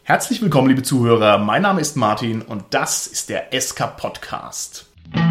Herzlich willkommen, liebe Zuhörer. Mein Name ist Martin und das ist der SK Podcast.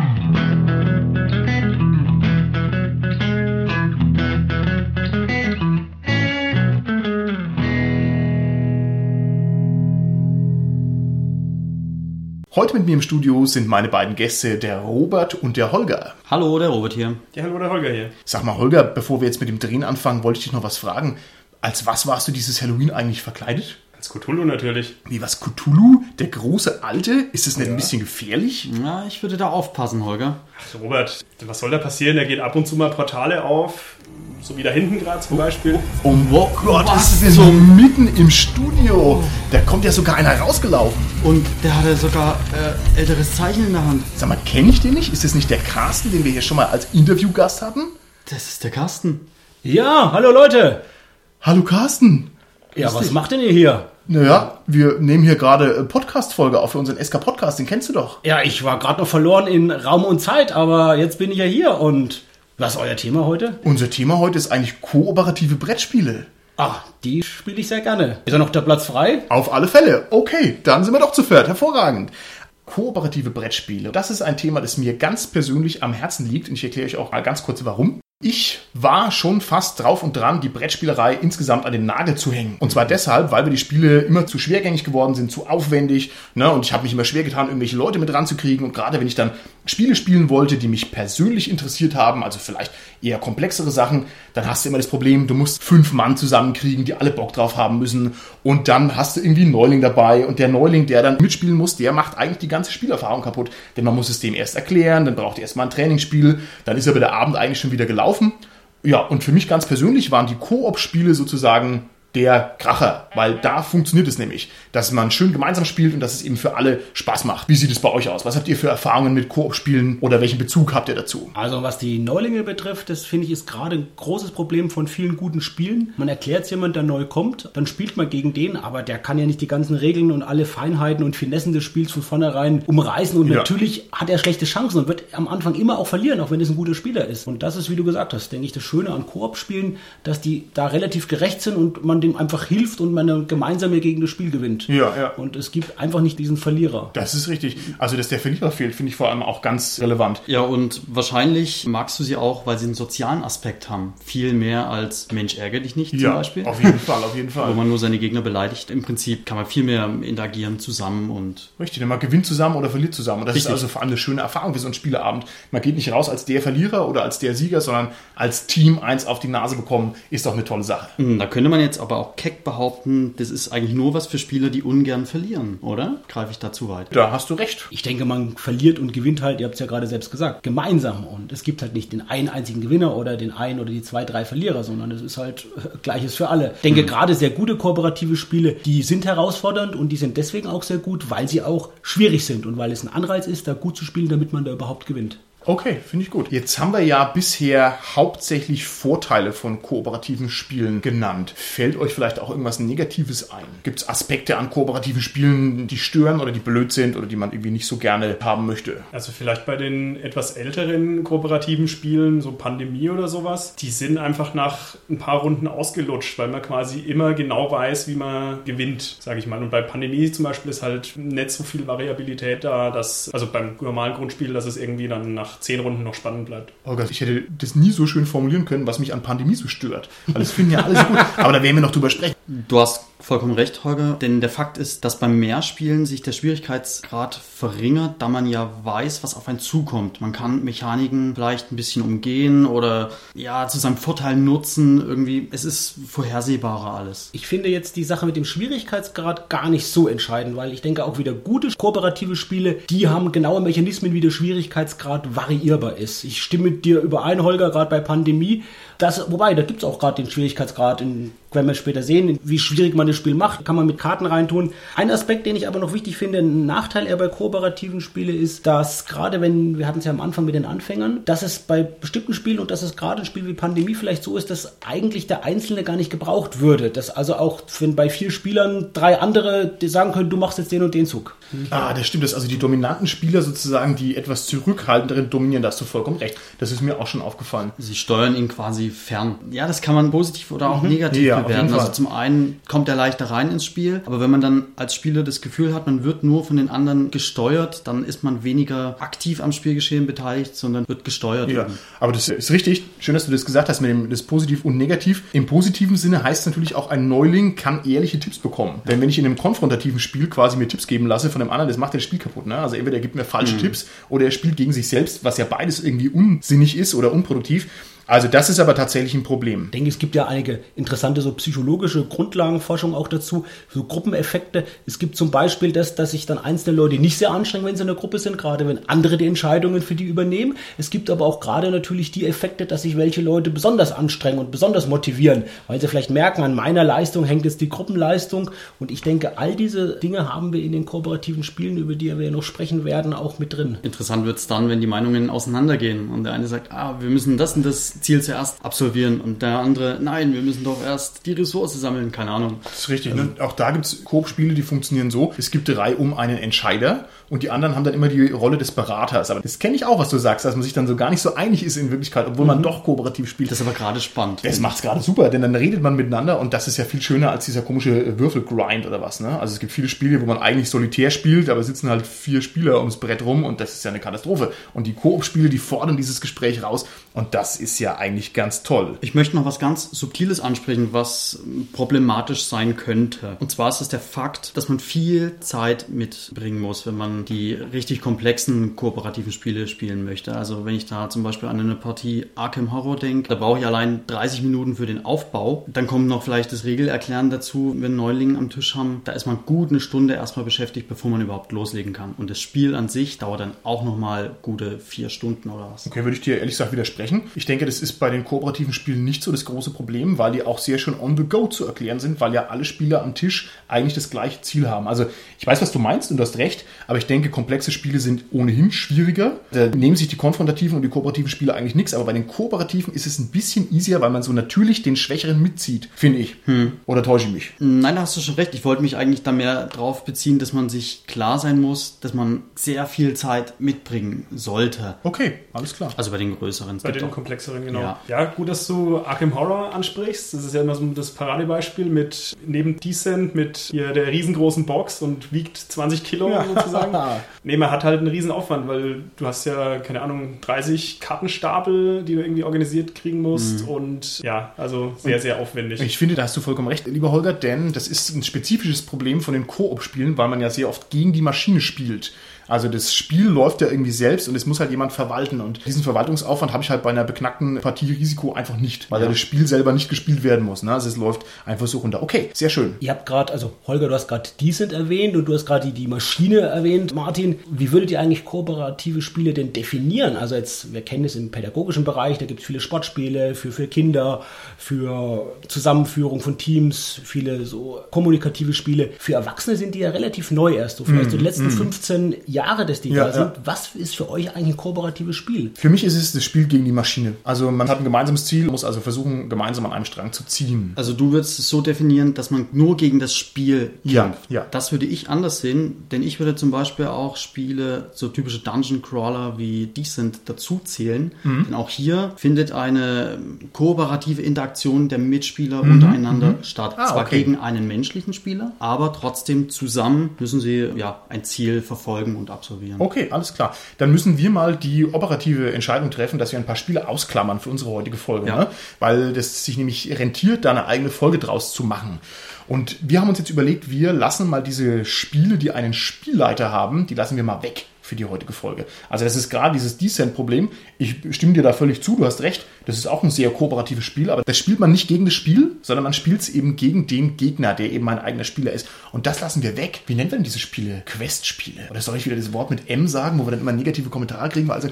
Heute mit mir im Studio sind meine beiden Gäste, der Robert und der Holger. Hallo, der Robert hier. Ja, hallo, der Holger hier. Sag mal, Holger, bevor wir jetzt mit dem Drehen anfangen, wollte ich dich noch was fragen. Als was warst du dieses Halloween eigentlich verkleidet? Als Cthulhu natürlich. Wie, was, Cthulhu? Der große Alte? Ist das nicht ein bisschen gefährlich? Ja, ich würde da aufpassen, Holger. Ach, Robert, was soll da passieren? Der geht ab und zu mal Portale auf, so wie da hinten gerade zum Beispiel. Oh Gott, was ist denn so mitten im Studio? Da kommt ja sogar einer rausgelaufen. Und der hatte sogar älteres Zeichen in der Hand. Sag mal, kenne ich den nicht? Ist das nicht der Carsten, den wir hier schon mal als Interviewgast hatten? Das ist der Carsten. Ja, hallo Leute. Hallo Carsten. Ja, was macht denn ihr hier? Naja, wir nehmen hier gerade Podcast-Folge auf für unseren SK-Podcast, den kennst du doch. Ja, ich war gerade noch verloren in Raum und Zeit, aber jetzt bin ich ja hier und was ist euer Thema heute? Unser Thema heute ist eigentlich kooperative Brettspiele. Ach, die spiele ich sehr gerne. Ist da noch der Platz frei? Auf alle Fälle. Okay, dann sind wir doch zu viert. Hervorragend. Kooperative Brettspiele. Das ist ein Thema, das mir ganz persönlich am Herzen liegt und ich erkläre euch auch mal ganz kurz, warum. Ich war schon fast drauf und dran, die Brettspielerei insgesamt an den Nagel zu hängen. Und zwar deshalb, weil mir die Spiele immer zu schwergängig geworden sind, zu aufwendig. Ne? Und ich habe mich immer schwer getan, irgendwelche Leute mit ranzukriegen. Und gerade wenn ich dann Spiele spielen wollte, die mich persönlich interessiert haben, also vielleicht eher komplexere Sachen, dann hast du immer das Problem, du musst 5 Mann zusammenkriegen, die alle Bock drauf haben müssen. Und dann hast du irgendwie einen Neuling dabei. Und der Neuling, der dann mitspielen muss, der macht eigentlich die ganze Spielerfahrung kaputt. Denn man muss es dem erst erklären, dann braucht er erstmal ein Trainingsspiel. Dann ist aber der Abend eigentlich schon wieder gelaufen. Ja, und für mich ganz persönlich waren die Koop-Spiele sozusagen der Kracher, weil da funktioniert es nämlich, dass man schön gemeinsam spielt und dass es eben für alle Spaß macht. Wie sieht es bei euch aus? Was habt ihr für Erfahrungen mit Koop-Spielen oder welchen Bezug habt ihr dazu? Also was die Neulinge betrifft, das finde ich ist gerade ein großes Problem von vielen guten Spielen. Man erklärt es jemand, der neu kommt, dann spielt man gegen den, aber der kann ja nicht die ganzen Regeln und alle Feinheiten und Finessen des Spiels von vornherein umreißen und natürlich hat er schlechte Chancen und wird am Anfang immer auch verlieren, auch wenn es ein guter Spieler ist. Und das ist, wie du gesagt hast, denke ich, das Schöne an Koop-Spielen, dass die da relativ gerecht sind und man dem einfach hilft und man gemeinsam gegen das Spiel gewinnt. Ja. Und es gibt einfach nicht diesen Verlierer. Das ist richtig. Also, dass der Verlierer fehlt, finde ich vor allem auch ganz relevant. Ja, und wahrscheinlich magst du sie auch, weil sie einen sozialen Aspekt haben. Viel mehr als Mensch ärgere dich nicht zum Beispiel. Auf jeden Fall. Wo man nur seine Gegner beleidigt. Im Prinzip kann man viel mehr interagieren zusammen und... Richtig, denn man gewinnt zusammen oder verliert zusammen. Und das Richtig. ist also vor allem eine schöne Erfahrung für so einen Spieleabend. Man geht nicht raus als der Verlierer oder als der Sieger, sondern als Team eins auf die Nase bekommen, ist doch eine tolle Sache. Da könnte man jetzt aber auch keck behaupten, das ist eigentlich nur was für Spieler, die ungern verlieren, oder? Greife ich da zu weit? Da hast du recht. Ich denke, man verliert und gewinnt halt, ihr habt es ja gerade selbst gesagt, gemeinsam. Und es gibt halt nicht den einen einzigen Gewinner oder den einen oder die 2, 3 Verlierer, sondern es ist halt Gleiches für alle. Ich denke, gerade sehr gute kooperative Spiele, die sind herausfordernd und die sind deswegen auch sehr gut, weil sie auch schwierig sind und weil es ein Anreiz ist, da gut zu spielen, damit man da überhaupt gewinnt. Okay, finde ich gut. Jetzt haben wir ja bisher hauptsächlich Vorteile von kooperativen Spielen genannt. Fällt euch vielleicht auch irgendwas Negatives ein? Gibt es Aspekte an kooperativen Spielen, die stören oder die blöd sind oder die man irgendwie nicht so gerne haben möchte? Also vielleicht bei den etwas älteren kooperativen Spielen, so Pandemie oder sowas, die sind einfach nach ein paar Runden ausgelutscht, weil man quasi immer genau weiß, wie man gewinnt, sage ich mal. Und bei Pandemie zum Beispiel ist halt nicht so viel Variabilität da, dass, also beim normalen Grundspiel, dass es irgendwie dann nach 10 Runden noch spannend bleibt. Holger, ich hätte das nie so schön formulieren können, was mich an Pandemie so stört. Weil das finden ja alle so gut. Aber da werden wir noch drüber sprechen. Du hast vollkommen recht, Holger, denn der Fakt ist, dass beim Mehrspielen sich der Schwierigkeitsgrad verringert, da man ja weiß, was auf einen zukommt. Man kann Mechaniken vielleicht ein bisschen umgehen oder ja zu seinem Vorteil nutzen. Irgendwie, es ist vorhersehbarer alles. Ich finde jetzt die Sache mit dem Schwierigkeitsgrad gar nicht so entscheidend, weil ich denke auch wieder gute kooperative Spiele, die haben genaue Mechanismen, wie der Schwierigkeitsgrad variierbar ist. Ich stimme mit dir überein, Holger, gerade bei Pandemie. Wobei, da gibt es auch gerade den Schwierigkeitsgrad, wenn wir später sehen, wie schwierig man das Spiel macht, kann man mit Karten reintun. Ein Aspekt, den ich aber noch wichtig finde, ein Nachteil eher bei kooperativen Spielen ist, dass gerade wenn, wir hatten es ja am Anfang mit den Anfängern, dass es bei bestimmten Spielen und dass es gerade ein Spiel wie Pandemie vielleicht so ist, dass eigentlich der Einzelne gar nicht gebraucht würde. Dass also auch, wenn bei 4 Spielern 3 andere die sagen können, du machst jetzt den und den Zug. Ah, das stimmt. Das also die dominanten Spieler sozusagen, die etwas zurückhaltenderen dominieren, da hast du vollkommen recht. Das ist mir auch schon aufgefallen. Sie steuern ihn quasi fern. Ja, das kann man positiv oder auch negativ auf werden. jeden Fall. Also zum einen kommt er leichter rein ins Spiel, aber wenn man dann als Spieler das Gefühl hat, man wird nur von den anderen gesteuert, dann ist man weniger aktiv am Spielgeschehen beteiligt, sondern wird gesteuert. Ja, aber das ist richtig. Schön, dass du das gesagt hast mit dem das Positiv und Negativ. Im positiven Sinne heißt natürlich auch, ein Neuling kann ehrliche Tipps bekommen. Denn wenn ich in einem konfrontativen Spiel quasi mir Tipps geben lasse von dem anderen, das macht das Spiel kaputt. Ne? Also entweder er gibt mir falsche Tipps oder er spielt gegen sich selbst, was ja beides irgendwie unsinnig ist oder unproduktiv. Also das ist aber tatsächlich ein Problem. Ich denke, es gibt ja einige interessante so psychologische Grundlagenforschung auch dazu, so Gruppeneffekte. Es gibt zum Beispiel das, dass sich dann einzelne Leute nicht sehr anstrengen, wenn sie in der Gruppe sind, gerade wenn andere die Entscheidungen für die übernehmen. Es gibt aber auch gerade natürlich die Effekte, dass sich welche Leute besonders anstrengen und besonders motivieren, weil sie vielleicht merken, an meiner Leistung hängt jetzt die Gruppenleistung. Und ich denke, all diese Dinge haben wir in den kooperativen Spielen, über die wir ja noch sprechen werden, auch mit drin. Interessant wird es dann, wenn die Meinungen auseinandergehen und der eine sagt, wir müssen das und das Ziel zuerst absolvieren und der andere, nein, wir müssen doch erst die Ressource sammeln, keine Ahnung. Das ist richtig. Ne? Auch da gibt es Koop-Spiele, die funktionieren so. Es gibt eine Reihe um einen Entscheider und die anderen haben dann immer die Rolle des Beraters. Aber das kenne ich auch, was du sagst, dass man sich dann so gar nicht so einig ist in Wirklichkeit, obwohl man doch kooperativ spielt. Das ist aber gerade spannend. Das macht es gerade super, denn dann redet man miteinander und das ist ja viel schöner als dieser komische Würfelgrind oder was. Ne? Also es gibt viele Spiele, wo man eigentlich solitär spielt, aber sitzen halt 4 Spieler ums Brett rum und das ist ja eine Katastrophe. Und die Koop-Spiele, die fordern dieses Gespräch raus und das ist ja eigentlich ganz toll. Ich möchte noch was ganz Subtiles ansprechen, was problematisch sein könnte. Und zwar ist es der Fakt, dass man viel Zeit mitbringen muss, wenn man die richtig komplexen kooperativen Spiele spielen möchte. Also wenn ich da zum Beispiel an eine Partie Arkham Horror denke, da brauche ich allein 30 Minuten für den Aufbau. Dann kommt noch vielleicht das Regelerklären dazu, wenn Neulinge am Tisch haben. Da ist man gut eine Stunde erstmal beschäftigt, bevor man überhaupt loslegen kann. Und das Spiel an sich dauert dann auch nochmal gute 4 Stunden oder was. Okay, würde ich dir ehrlich gesagt widersprechen. Ich denke, das ist bei den kooperativen Spielen nicht so das große Problem, weil die auch sehr schön on the go zu erklären sind, weil ja alle Spieler am Tisch eigentlich das gleiche Ziel haben. Also ich weiß, was du meinst und du hast recht, aber ich denke, komplexe Spiele sind ohnehin schwieriger. Da nehmen sich die konfrontativen und die kooperativen Spiele eigentlich nichts, aber bei den kooperativen ist es ein bisschen easier, weil man so natürlich den Schwächeren mitzieht, finde ich. Oder täusche ich mich? Nein, da hast du schon recht. Ich wollte mich eigentlich da mehr drauf beziehen, dass man sich klar sein muss, dass man sehr viel Zeit mitbringen sollte. Okay, alles klar. Also bei den größeren. Bei den komplexeren, genau. Ja. Gut, dass du Arkham Horror ansprichst. Das ist ja immer so das Paradebeispiel mit neben Descent mit hier der riesengroßen Box und wiegt 20 Kilo sozusagen. Nee, man hat halt einen riesen Aufwand, weil du hast ja, keine Ahnung, 30 Kartenstapel, die du irgendwie organisiert kriegen musst und ja, also sehr, sehr aufwendig. Ich finde, da hast du vollkommen recht, lieber Holger, denn das ist ein spezifisches Problem von den Koop-Spielen, weil man ja sehr oft gegen die Maschine spielt. Also das Spiel läuft ja irgendwie selbst und es muss halt jemand verwalten. Und diesen Verwaltungsaufwand habe ich halt bei einer beknackten Partie Risiko einfach nicht, weil ja das Spiel selber nicht gespielt werden muss. Ne? Also es läuft einfach so runter. Okay, sehr schön. Ihr habt gerade, also Holger, du hast gerade Descent erwähnt und du hast gerade die Maschine erwähnt. Martin, wie würdet ihr eigentlich kooperative Spiele denn definieren? Also jetzt, wir kennen es im pädagogischen Bereich, da gibt es viele Sportspiele für Kinder, für Zusammenführung von Teams, viele so kommunikative Spiele. Für Erwachsene sind die ja relativ neu erst, so vielleicht so die letzten 15 Jahre, dass die da sind. Was ist für euch eigentlich ein kooperatives Spiel? Für mich ist es das Spiel gegen die Maschine. Also man hat ein gemeinsames Ziel, muss also versuchen, gemeinsam an einem Strang zu ziehen. Also du würdest es so definieren, dass man nur gegen das Spiel kämpft. Ja. Das würde ich anders sehen, denn ich würde zum Beispiel auch Spiele, so typische Dungeon-Crawler wie Descent dazu zählen. Denn auch hier findet eine kooperative Interaktion der Mitspieler untereinander statt. Zwar gegen einen menschlichen Spieler, aber trotzdem zusammen müssen sie ein Ziel verfolgen und absolvieren. Okay, alles klar. Dann müssen wir mal die operative Entscheidung treffen, dass wir ein paar Spiele ausklammern für unsere heutige Folge. Ne? Weil das sich nämlich rentiert, da eine eigene Folge draus zu machen. Und wir haben uns jetzt überlegt, wir lassen mal diese Spiele, die einen Spielleiter haben, die lassen wir mal weg für die heutige Folge. Also das ist gerade dieses Descent-Problem. Ich stimme dir da völlig zu, du hast recht. Das ist auch ein sehr kooperatives Spiel, aber das spielt man nicht gegen das Spiel, sondern man spielt es eben gegen den Gegner, der eben ein eigener Spieler ist. Und das lassen wir weg. Wie nennt man diese Spiele? Quest-Spiele. Oder soll ich wieder das Wort mit M sagen, wo wir dann immer negative Kommentare kriegen, weil also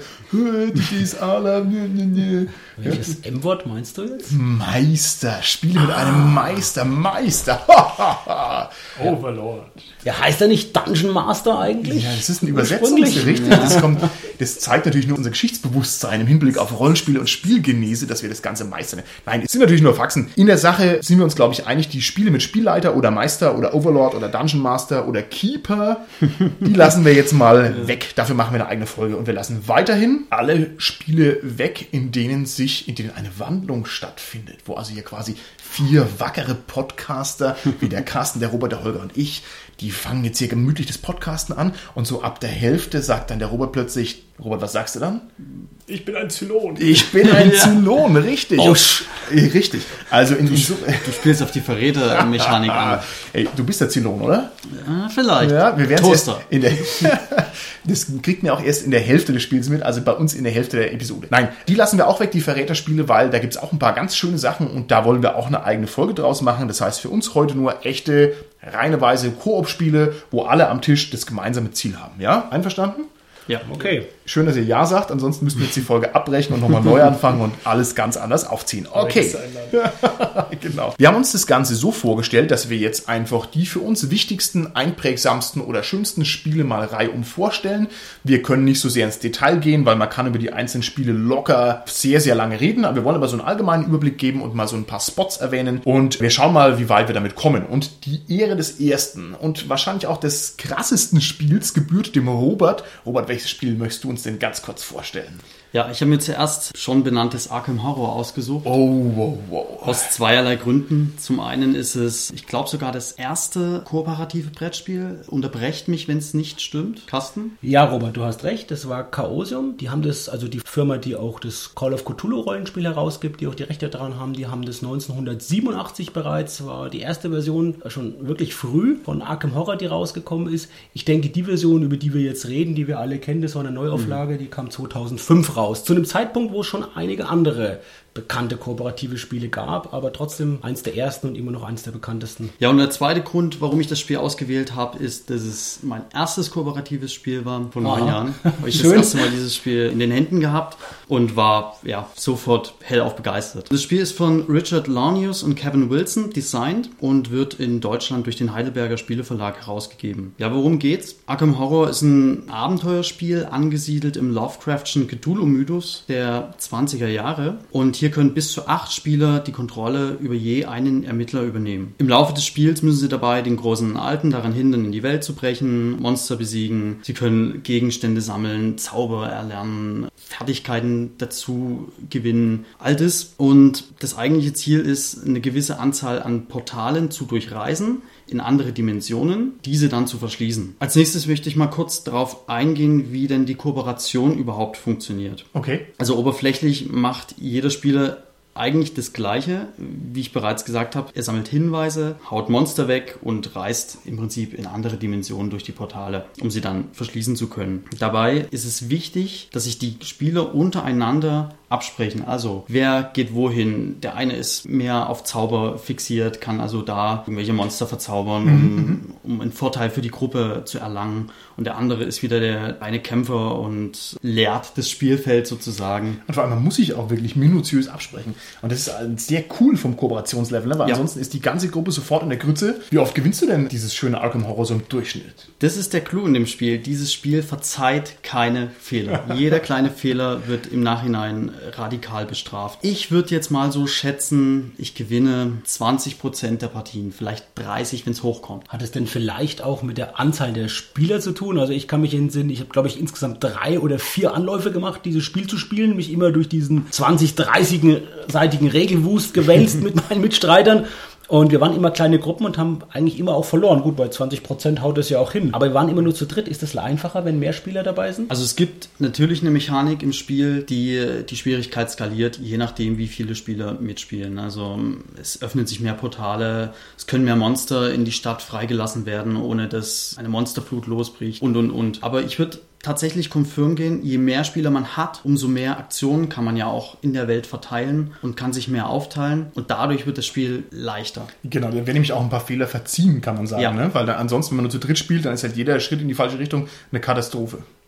Welches M-Wort meinst du jetzt? Meister. Spiele mit einem Meister. Overlord. Ja, heißt er nicht Dungeon Master eigentlich? Ja, das ist ein Übersetzung. wirklich? Richtig. Das zeigt natürlich nur unser Geschichtsbewusstsein im Hinblick auf Rollenspiele und Spielgenese, dass wir das Ganze meistern. Nein, es sind natürlich nur Faxen. In der Sache sind wir uns, glaube ich, einig, die Spiele mit Spielleiter oder Meister oder Overlord oder Dungeon Master oder Keeper, die lassen wir jetzt mal weg. Dafür machen wir eine eigene Folge. Und wir lassen weiterhin alle Spiele weg, in denen eine Wandlung stattfindet. Wo also hier quasi 4 wackere Podcaster, wie der Carsten, der Robert, der Holger und ich, die fangen jetzt hier gemütlich das Podcasten an und so ab der Hälfte sagt dann der Robert plötzlich, Robert, was sagst du dann? Ich bin ein Zylon. Ich bin ein Zylon, richtig. Richtig. Also du spielst auf die Verrätermechanik an. Ey, du bist der Zylon, oder? Ja, vielleicht. Ja, wir werden Toaster. Das kriegt man auch erst in der Hälfte des Spiels mit, also bei uns in der Hälfte der Episode. Nein, die lassen wir auch weg, die Verräterspiele, weil da gibt es auch ein paar ganz schöne Sachen und da wollen wir auch eine eigene Folge draus machen. Das heißt für uns heute nur echte, reineweise Koop-Spiele, wo alle am Tisch das gemeinsame Ziel haben. Ja, einverstanden? Ja, Okay. Schön, dass ihr Ja sagt, ansonsten müssten wir jetzt die Folge abbrechen und nochmal neu anfangen und alles ganz anders aufziehen. Okay. Genau. Wir haben uns das Ganze so vorgestellt, dass wir jetzt einfach die für uns wichtigsten, einprägsamsten oder schönsten Spiele mal reihum vorstellen. Wir können nicht so sehr ins Detail gehen, weil man kann über die einzelnen Spiele locker sehr, sehr lange reden. Aber wir wollen aber so einen allgemeinen Überblick geben und mal so ein paar Spots erwähnen. Und wir schauen mal, wie weit wir damit kommen. Und die Ehre des ersten und wahrscheinlich auch des krassesten Spiels gebührt dem Robert. Robert, welches Spiel möchtest du uns denn ganz kurz vorstellen? Ja, ich habe mir zuerst schon benanntes Arkham Horror ausgesucht. Wow. Aus zweierlei Gründen. Zum einen ist es, ich glaube sogar das erste kooperative Brettspiel. Unterbrecht mich, wenn es nicht stimmt. Carsten? Ja, Robert, du hast recht. Das war Chaosium. Die haben das, also die Firma, die auch das Call of Cthulhu Rollenspiel herausgibt, die auch die Rechte daran haben, die haben das 1987 bereits, war die erste Version schon wirklich früh von Arkham Horror, die rausgekommen ist. Ich denke, die Version, über die wir jetzt reden, die wir alle kennen, das war eine Neuauflage, die kam 2005 raus. Zu einem Zeitpunkt, wo es schon einige andere bekannte kooperative Spiele gab, aber trotzdem eins der ersten und immer noch eins der bekanntesten. Ja, und der zweite Grund, warum ich das Spiel ausgewählt habe, ist, dass es mein erstes kooperatives Spiel war vor 9 Jahren. Habe ich das erste Mal dieses Spiel in den Händen gehabt und war sofort hellauf begeistert. Das Spiel ist von Richard Launius und Kevin Wilson designt und wird in Deutschland durch den Heidelberger Spieleverlag herausgegeben. Ja, worum geht's? Arkham Horror ist ein Abenteuerspiel, angesiedelt im Lovecraftschen Cthulhu-Mythos der 20er Jahre und hier können bis zu 8 Spieler die Kontrolle über je einen Ermittler übernehmen. Im Laufe des Spiels müssen sie dabei den großen Alten daran hindern, in die Welt zu brechen, Monster besiegen. Sie können Gegenstände sammeln, Zauber erlernen, Fertigkeiten dazu gewinnen. All das. Und das eigentliche Ziel ist, eine gewisse Anzahl an Portalen zu durchreisen in andere Dimensionen, diese dann zu verschließen. Als nächstes möchte ich mal kurz darauf eingehen, wie denn die Kooperation überhaupt funktioniert. Okay. Also oberflächlich macht jeder Spieler eigentlich das Gleiche, wie ich bereits gesagt habe. Er sammelt Hinweise, haut Monster weg und reist im Prinzip in andere Dimensionen durch die Portale, um sie dann verschließen zu können. Dabei ist es wichtig, dass sich die Spieler untereinander absprechen. Also, wer geht wohin? Der eine ist mehr auf Zauber fixiert, kann also da irgendwelche Monster verzaubern, um einen Vorteil für die Gruppe zu erlangen. Und der andere ist wieder der reine Kämpfer und leert das Spielfeld sozusagen. Und vor allem, man muss sich auch wirklich minutiös absprechen. Und das ist sehr cool vom Kooperationslevel, ne? Weil ansonsten ist die ganze Gruppe sofort in der Grütze. Wie oft gewinnst du denn dieses schöne Arkham Horror so im Durchschnitt? Das ist der Clou in dem Spiel. Dieses Spiel verzeiht keine Fehler. Jeder kleine Fehler wird im Nachhinein radikal bestraft. Ich würde jetzt mal so schätzen, ich gewinne 20% der Partien, vielleicht 30, wenn es hochkommt. Hat es denn vielleicht auch mit der Anzahl der Spieler zu tun? Also ich kann mich entsinnen, ich habe, glaube ich, insgesamt 3 oder 4 Anläufe gemacht, dieses Spiel zu spielen, mich immer durch diesen 20-30-seitigen Regelwust gewälzt mit meinen Mitstreitern. Und wir waren immer kleine Gruppen und haben eigentlich immer auch verloren. Gut, bei 20% haut das ja auch hin. Aber wir waren immer nur zu dritt. Ist das einfacher, wenn mehr Spieler dabei sind? Also es gibt natürlich eine Mechanik im Spiel, die die Schwierigkeit skaliert, je nachdem, wie viele Spieler mitspielen. Also es öffnen sich mehr Portale, es können mehr Monster in die Stadt freigelassen werden, ohne dass eine Monsterflut losbricht und. Aber ich würde tatsächlich confirm gehen, je mehr Spieler man hat, umso mehr Aktionen kann man ja auch in der Welt verteilen und kann sich mehr aufteilen und dadurch wird das Spiel leichter. Genau, da werden nämlich auch ein paar Fehler verziehen, kann man sagen, ne? Weil ansonsten, wenn man nur zu dritt spielt, dann ist halt jeder Schritt in die falsche Richtung eine Katastrophe.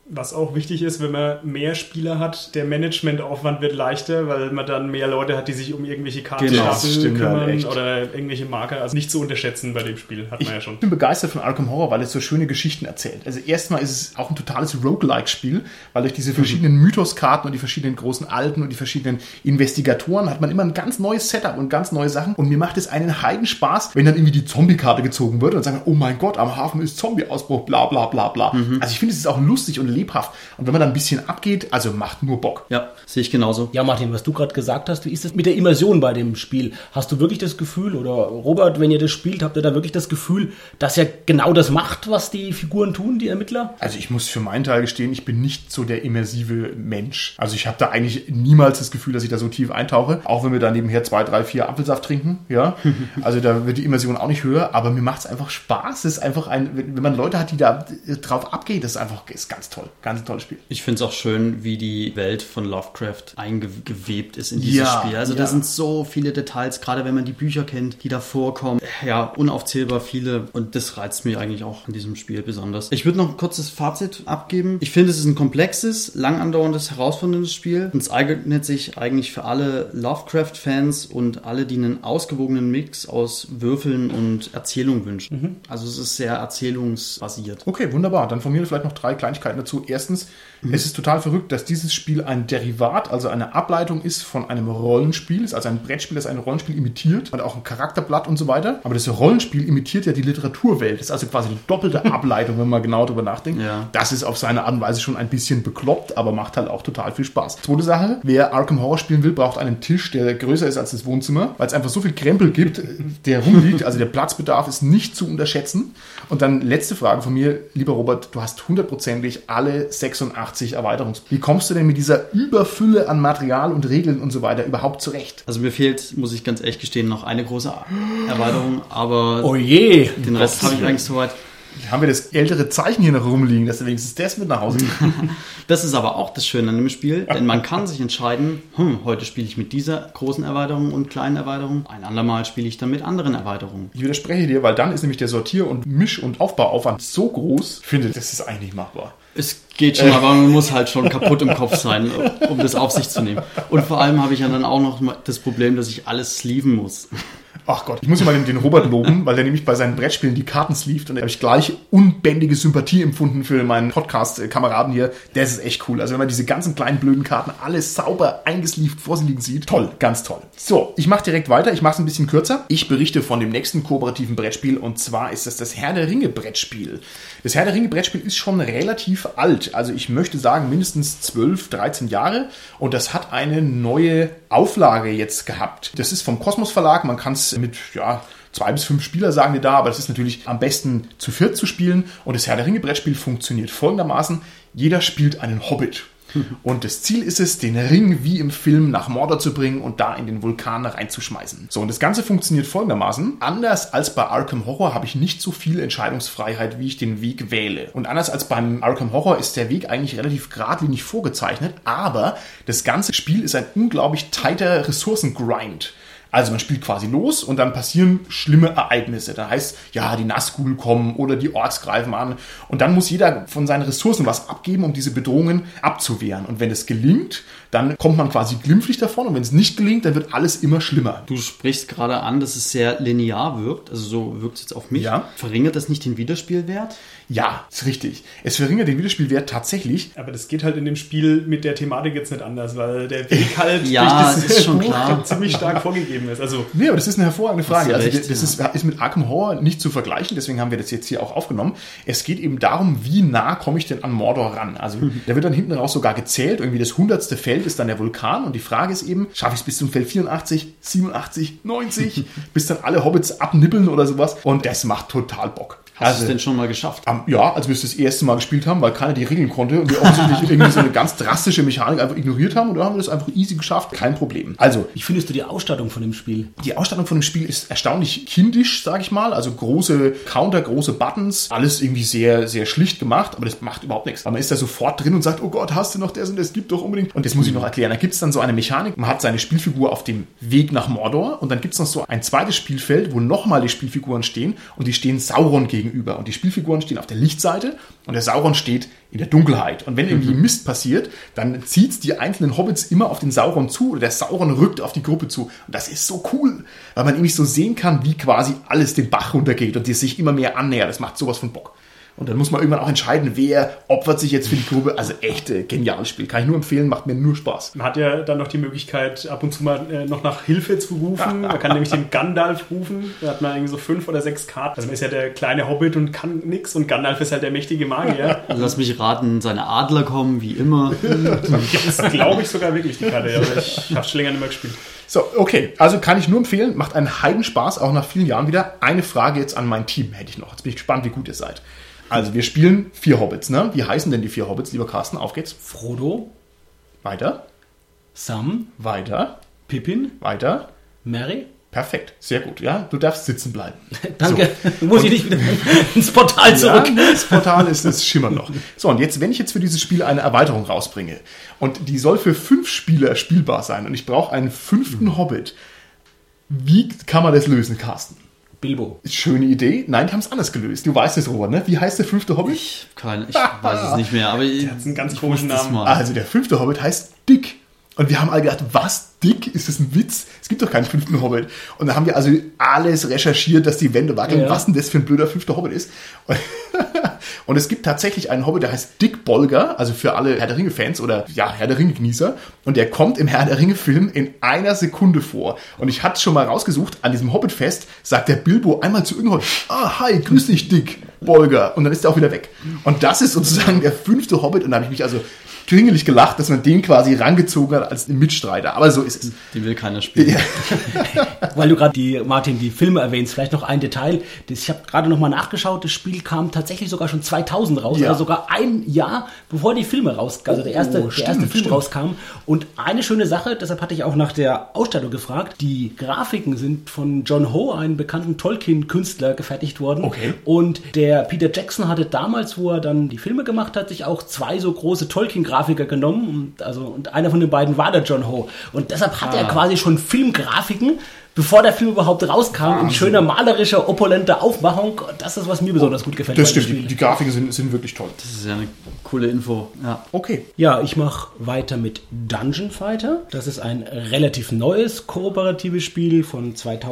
Was auch wichtig ist, wenn man mehr Spieler hat, der Managementaufwand wird leichter, weil man dann mehr Leute hat, die sich um irgendwelche Kartenstapel kümmern oder irgendwelche Marker. Also nicht zu unterschätzen bei dem Spiel, hat man ja schon. Ich bin begeistert von Arkham Horror, weil es so schöne Geschichten erzählt. Also erstmal ist es auch ein totales Roguelike-Spiel, weil durch diese verschiedenen Mythoskarten und die verschiedenen großen Alten und die verschiedenen Investigatoren hat man immer ein ganz neues Setup und ganz neue Sachen. Und mir macht es einen Heidenspaß, wenn dann irgendwie die Zombie-Karte gezogen wird und sagen, oh mein Gott, am Hafen ist Zombie-Ausbruch, bla bla bla bla. Also ich finde, es ist auch lustig und lebhaft. Und wenn man dann ein bisschen abgeht, also macht nur Bock. Ja, sehe ich genauso. Ja, Martin, was du gerade gesagt hast, wie ist es mit der Immersion bei dem Spiel? Hast du wirklich das Gefühl, oder Robert, wenn ihr das spielt, habt ihr da wirklich das Gefühl, dass er genau das macht, was die Figuren tun, die Ermittler? Also ich muss für meinen Teil gestehen, ich bin nicht so der immersive Mensch. Also ich habe da eigentlich niemals das Gefühl, dass ich da so tief eintauche, auch wenn wir da nebenher 2, 3, 4 Apfelsaft trinken, ja. Also da wird die Immersion auch nicht höher, aber mir macht es einfach Spaß. Es ist einfach wenn man Leute hat, die da drauf abgehen, das ist ganz toll. Ganz tolles Spiel. Ich finde es auch schön, wie die Welt von Lovecraft eingewebt ist in dieses Spiel. Also da sind so viele Details, gerade wenn man die Bücher kennt, die da vorkommen. Ja, unaufzählbar viele. Und das reizt mich eigentlich auch in diesem Spiel besonders. Ich würde noch ein kurzes Fazit abgeben. Ich finde, es ist ein komplexes, lang andauerndes, herausforderndes Spiel. Und es eignet sich eigentlich für alle Lovecraft-Fans und alle, die einen ausgewogenen Mix aus Würfeln und Erzählung wünschen. Also es ist sehr erzählungsbasiert. Okay, wunderbar. Dann von mir vielleicht noch 3 Kleinigkeiten dazu. Erstens, es ist total verrückt, dass dieses Spiel ein Derivat, also eine Ableitung ist von einem Rollenspiel. Es ist also ein Brettspiel, das ein Rollenspiel imitiert und auch ein Charakterblatt und so weiter. Aber das Rollenspiel imitiert ja die Literaturwelt. Das ist also quasi eine doppelte Ableitung, wenn man genau drüber nachdenkt. Ja. Das ist auf seine Art und Weise schon ein bisschen bekloppt, aber macht halt auch total viel Spaß. Zweite Sache, wer Arkham Horror spielen will, braucht einen Tisch, der größer ist als das Wohnzimmer, weil es einfach so viel Krempel gibt, der rumliegt. Also der Platzbedarf ist nicht zu unterschätzen. Und dann letzte Frage von mir, lieber Robert, du hast 100%ig alle 86 Erweiterungs. Wie kommst du denn mit dieser Überfülle an Material und Regeln und so weiter überhaupt zurecht? Also mir fehlt, muss ich ganz ehrlich gestehen, noch eine große Erweiterung, aber oh je, den Rest habe ich eigentlich soweit. Haben wir das ältere Zeichen hier noch rumliegen, dass du wenigstens das mit nach Hause kriegst? Das ist aber auch das Schöne an dem Spiel, denn man kann sich entscheiden, heute spiele ich mit dieser großen Erweiterung und kleinen Erweiterung, ein andermal spiele ich dann mit anderen Erweiterungen. Ich widerspreche dir, weil dann ist nämlich der Sortier- und Misch- und Aufbauaufwand so groß, ich finde, das ist eigentlich machbar. Es geht schon, aber man muss halt schon kaputt im Kopf sein, um das auf sich zu nehmen. Und vor allem habe ich ja dann auch noch das Problem, dass ich alles sleeven muss. Ach Gott, ich muss ja mal den Robert loben, weil der nämlich bei seinen Brettspielen die Karten sleeved und da habe ich gleich unbändige Sympathie empfunden für meinen Podcast-Kameraden hier. Das ist echt cool. Also wenn man diese ganzen kleinen blöden Karten alles sauber eingesleeved vor sich liegen sieht, toll, ganz toll. So, ich mache direkt weiter, ich mache es ein bisschen kürzer. Ich berichte von dem nächsten kooperativen Brettspiel und zwar ist das Herr der Ringe Brettspiel. Das Herr der Ringe Brettspiel ist schon relativ alt, also ich möchte sagen mindestens 12, 13 Jahre und das hat eine neue Auflage jetzt gehabt. Das ist vom Kosmos Verlag, man kann es mit 2 bis 5 Spieler sagen wir da, aber das ist natürlich am besten zu 4 zu spielen und das Herr der Ringe Brettspiel funktioniert folgendermaßen, jeder spielt einen Hobbit. Und das Ziel ist es, den Ring wie im Film nach Mordor zu bringen und da in den Vulkan reinzuschmeißen. So, und das Ganze funktioniert folgendermaßen. Anders als bei Arkham Horror habe ich nicht so viel Entscheidungsfreiheit, wie ich den Weg wähle. Und anders als beim Arkham Horror ist der Weg eigentlich relativ geradlinig vorgezeichnet, aber das ganze Spiel ist ein unglaublich tighter Ressourcengrind. Also man spielt quasi los und dann passieren schlimme Ereignisse. Da heißt, ja, die Nazgul kommen oder die Orks greifen an. Und dann muss jeder von seinen Ressourcen was abgeben, um diese Bedrohungen abzuwehren. Und wenn es gelingt, dann kommt man quasi glimpflich davon. Und wenn es nicht gelingt, dann wird alles immer schlimmer. Du sprichst gerade an, dass es sehr linear wirkt. Also so wirkt es jetzt auf mich. Ja. Verringert das nicht den Wiederspielwert? Ja, ist richtig. Es verringert den Wiederspielwert tatsächlich. Aber das geht halt in dem Spiel mit der Thematik jetzt nicht anders, weil der Weg halt ja, durch das ist schon Buch klar. ziemlich stark vorgegeben ist. Also Nee, aber das ist eine hervorragende Frage. Hast du Also recht, das ist mit Arkham Horror nicht zu vergleichen, deswegen haben wir das jetzt hier auch aufgenommen. Es geht eben darum, wie nah komme ich denn an Mordor ran? Also da wird dann hinten raus sogar gezählt, irgendwie das 100. Feld ist dann der Vulkan und die Frage ist eben, schaffe ich es bis zum Feld 84, 87, 90, bis dann alle Hobbits abnippeln oder sowas und das macht total Bock. Hast du es denn schon mal geschafft? Ja, als wir es das erste Mal gespielt haben, weil keiner die Regeln konnte und wir offensichtlich irgendwie so eine ganz drastische Mechanik einfach ignoriert haben und dann haben wir das einfach easy geschafft, kein Problem. Also, wie findest du die Ausstattung von dem Spiel? Die Ausstattung von dem Spiel ist erstaunlich kindisch, sage ich mal, also große Counter, große Buttons, alles irgendwie sehr, sehr schlicht gemacht, aber das macht überhaupt nichts. Aber man ist da sofort drin und sagt, oh Gott, hast du noch das und das, gib doch unbedingt. Und das muss ich noch erklären. Da gibt es dann so eine Mechanik, man hat seine Spielfigur auf dem Weg nach Mordor und dann gibt es noch so ein zweites Spielfeld, wo nochmal die Spielfiguren stehen und die stehen Sauron gegenüber. gegenüber. Und die Spielfiguren stehen auf der Lichtseite und der Sauron steht in der Dunkelheit. Und wenn irgendwie Mist passiert, dann zieht die einzelnen Hobbits immer auf den Sauron zu oder der Sauron rückt auf die Gruppe zu. Und das ist so cool, weil man nämlich so sehen kann, wie quasi alles den Bach runtergeht und die sich immer mehr annähert. Das macht sowas von Bock. Und dann muss man irgendwann auch entscheiden, wer opfert sich jetzt für die Gruppe. Also echt geniales Spiel. Kann ich nur empfehlen, macht mir nur Spaß. Man hat ja dann noch die Möglichkeit, ab und zu mal noch nach Hilfe zu rufen. Man kann nämlich den Gandalf rufen. Da hat man irgendwie so 5 oder 6 Karten. Also man ist ja der kleine Hobbit und kann nix. Und Gandalf ist halt der mächtige Magier. Also lass mich raten, seine Adler kommen, wie immer. Das glaube ich sogar wirklich, die Karte. Aber ich habe schon länger nicht mehr gespielt. So, okay. Also kann ich nur empfehlen. Macht einen Heidenspaß, auch nach vielen Jahren wieder. Eine Frage jetzt an mein Team hätte ich noch. Jetzt bin ich gespannt, wie gut ihr seid. Also, wir spielen 4 Hobbits, ne? Wie heißen denn die 4 Hobbits, lieber Carsten? Auf geht's. Frodo, Weiter. Sam, Weiter. Pippin, Weiter. Merry. Perfekt. Sehr gut, ja? Du darfst sitzen bleiben. Danke. So. Muss ich nicht wieder ins Portal zurück? Ja, das Portal ist das schimmert noch. So, und jetzt, wenn ich jetzt für dieses Spiel eine Erweiterung rausbringe und die soll für 5 Spieler spielbar sein und ich brauche einen 5. Hobbit, wie kann man das lösen, Carsten? Bilbo. Schöne Idee. Nein, die haben es anders gelöst. Du weißt es, Robert, ne? Wie heißt der 5. Hobbit? Ich weiß es nicht mehr, aber Der hat einen ganz komischen Namen. Also der 5. Hobbit heißt Dick. Und wir haben alle gedacht, was, Dick? Ist das ein Witz? Es gibt doch keinen 5. Hobbit. Und dann haben wir also alles recherchiert, dass die Wände wackeln, was denn das für ein blöder 5. Hobbit ist. Und es gibt tatsächlich einen Hobbit, der heißt Dick Bolger, also für alle Herr der Ringe-Fans oder ja, Herr der Ringe-Genießer. Und der kommt im Herr der Ringe-Film in 1 Sekunde vor. Und ich hatte es schon mal rausgesucht, an diesem Hobbit-Fest sagt der Bilbo einmal zu irgendwann, hi, grüß dich, Dick Bolger. Und dann ist er auch wieder weg. Und das ist sozusagen der 5. Hobbit. Und da habe ich mich also kringelig gelacht, dass man den quasi rangezogen hat als Mitstreiter. Aber so ist es. Den will keiner spielen. Ja. Weil du gerade die Filme erwähnst, vielleicht noch ein Detail. Ich habe gerade noch mal nachgeschaut, das Spiel kam tatsächlich sogar schon 2000 raus, also sogar ein Jahr, bevor die Filme rauskamen, also der erste Film rauskam. Und eine schöne Sache, deshalb hatte ich auch nach der Ausstattung gefragt, die Grafiken sind von John Ho, einem bekannten Tolkien-Künstler, gefertigt worden. Okay. Und der Peter Jackson hatte damals, wo er dann die Filme gemacht hat, sich auch 2 so große Tolkien-Grafiker genommen. Und einer von den beiden war der John Ho. Und deshalb hat er quasi schon Filmgrafiken, bevor der Film überhaupt rauskam, in schöner, malerischer, opulenter Aufmachung. Das ist, was mir besonders gut gefällt. Das stimmt, die Grafiken sind wirklich toll. Das ist ja eine coole Info. Ja. Okay. Ja, ich mache weiter mit Dungeon Fighter. Das ist ein relativ neues kooperatives Spiel von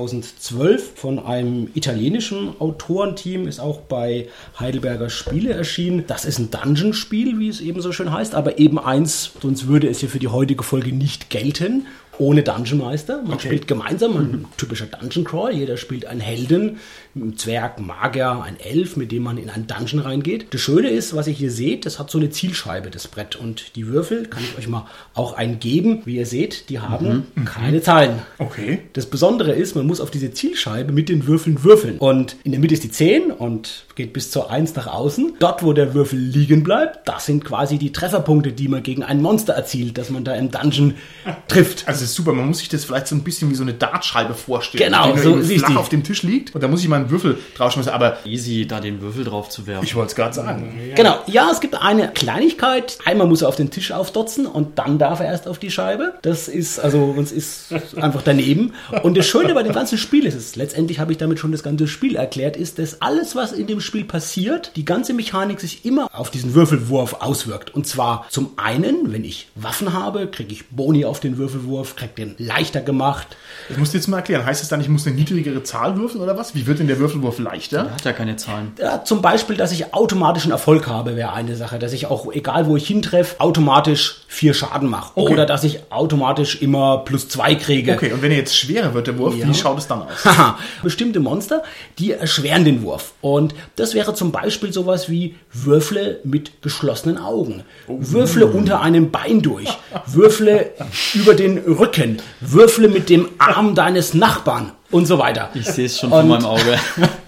2012 von einem italienischen Autorenteam, ist auch bei Heidelberger Spiele erschienen. Das ist ein Dungeon-Spiel, wie es eben so schön heißt, aber eben eins, sonst würde es ja für die heutige Folge nicht gelten. Ohne Dungeon Meister. Man spielt gemeinsam, ein typischer Dungeon Crawl. Jeder spielt einen Helden, einen Zwerg, einen Magier, einen Elf, mit dem man in einen Dungeon reingeht. Das Schöne ist, was ihr hier seht, das hat so eine Zielscheibe, das Brett. Und die Würfel kann ich euch mal auch eingeben. Wie ihr seht, die haben keine Zahlen. Okay. Das Besondere ist, man muss auf diese Zielscheibe mit den Würfeln würfeln. Und in der Mitte ist die 10 und geht bis zur 1 nach außen. Dort, wo der Würfel liegen bleibt, das sind quasi die Trefferpunkte, die man gegen ein Monster erzielt, das man da im Dungeon trifft. Also das ist super, man muss sich das vielleicht so ein bisschen wie so eine Dartscheibe vorstellen. Genau, die so flach auf dem Tisch liegt und da muss ich mal einen Würfel draufschmeißen, aber Easy, da den Würfel drauf zu werfen. ich wollte es gerade sagen. Genau, ja, es gibt eine Kleinigkeit. Einmal muss er auf den Tisch aufdotzen und dann darf er erst auf die Scheibe. Das ist, uns ist einfach daneben. Und das Schöne bei dem ganzen Spiel ist es, letztendlich habe ich damit schon das ganze Spiel erklärt, ist, dass alles, was in dem Spiel passiert, die ganze Mechanik sich immer auf diesen Würfelwurf auswirkt. Und zwar zum einen, wenn ich Waffen habe, kriege ich Boni auf den Würfelwurf, kriege den leichter gemacht. Das musst du jetzt mal erklären. Heißt es dann, ich muss eine niedrigere Zahl würfeln oder was? Wie wird denn der Würfelwurf leichter? Der hat ja keine Zahlen. Ja, zum Beispiel, dass ich automatischen Erfolg habe, wäre eine Sache. Dass ich auch, egal wo ich hintreffe, automatisch 4 Schaden mache. Okay. Oder dass ich automatisch immer +2 kriege. Okay, und wenn er jetzt schwerer wird, der Wurf, Ja. wie schaut es dann aus? Haha, bestimmte Monster, die erschweren den Wurf. Und das wäre zum Beispiel sowas wie Würfle mit geschlossenen Augen. Würfle unter einem Bein durch. Würfle über den Rücken. Würfle mit dem Arm deines Nachbarn und so weiter. Ich sehe es schon vor meinem Auge.